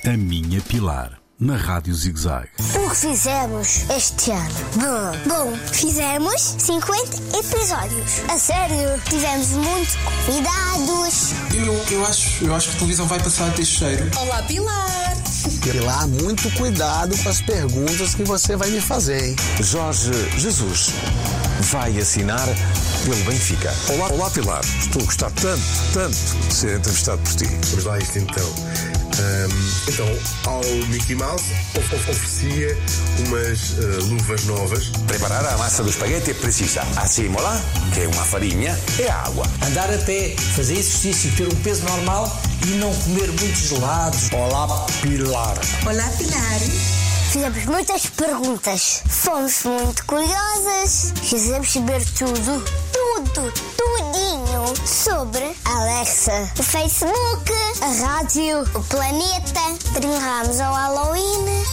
A Minha Pilar, na Rádio Zig-Zag. O que fizemos este ano? Bom, fizemos 50 episódios. A sério? Tivemos muitos convidados. Eu acho que a televisão vai passar a ter cheiro. Olá, Pilar! Pilar, muito cuidado com as perguntas que você vai me fazer, hein? Jorge Jesus vai assinar pelo Benfica. Olá Pilar, estou a gostar tanto de ser entrevistado por ti. Vamos lá isto então. Então, ao Mickey Mouse oferecia umas luvas novas. Preparar a massa do espaguete precisa a sémola, que é uma farinha, e a água. Andar a pé, fazer exercício, ter um peso normal e não comer muitos gelados. Olá, Pilar. Olá, Pilar. Fizemos muitas perguntas. Fomos muito curiosas. Quisemos saber tudinho sobre a Alexa, o Facebook, a rádio, o planeta. Brincámos ao Halloween.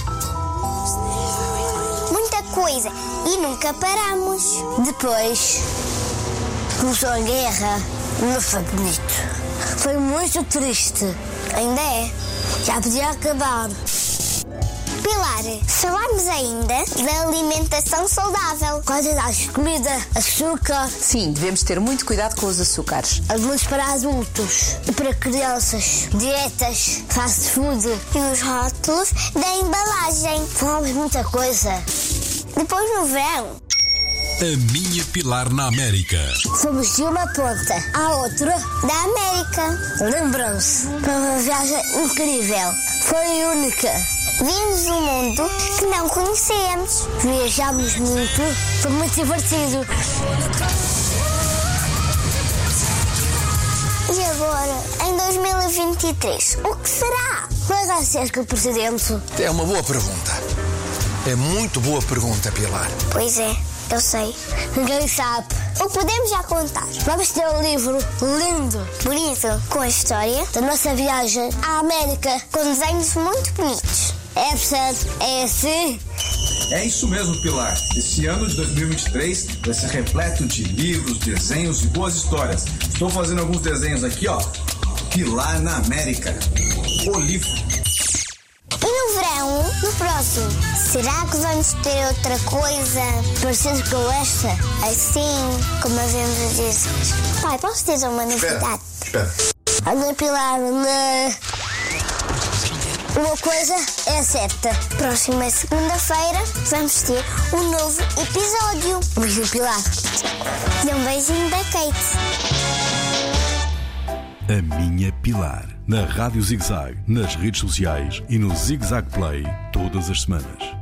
Muita coisa. E nunca paramos. Depois começou a guerra. Não foi bonito. Foi muito triste. Ainda é. Já podia acabar. Pilar, falarmos ainda da alimentação saudável. Quantidades de comida, açúcar. Sim, devemos ter muito cuidado com os açúcares. Alguns para adultos e para crianças. Dietas, fast food e os rótulos da embalagem. Falamos muita coisa. Depois no verão. A Minha Pilar na América. Fomos de uma ponta à outra da América. Lembram-se? Foi uma viagem incrível. Foi única. Vimos um mundo que não conhecíamos. Viajámos muito. Foi muito divertido. E agora, em 2023, o que será? Vai ser que o presidente? É uma boa pergunta. É muito boa pergunta, Pilar. Pois é, eu sei. Ninguém sabe. O podemos já contar. Vamos ter um livro lindo, bonito, com a história da nossa viagem à América, com desenhos muito bonitos. É verdade, é assim. É isso mesmo, Pilar. Esse ano de 2023 vai ser repleto de livros, desenhos e boas histórias. Estou fazendo alguns desenhos aqui, ó. Pilar na América. O livro. E no verão, no próximo, será que vamos ter outra coisa parecida com esta? Assim, como havemos dito. Pai, posso ter uma novidade? Espera. Olha, Pilar, uma coisa é certa. Próxima segunda-feira vamos ter um novo episódio. Um beijinho, Pilar. E um beijinho da Kate. A Minha Pilar, na Rádio Zig-Zag, nas redes sociais e no Zig-Zag Play, todas as semanas.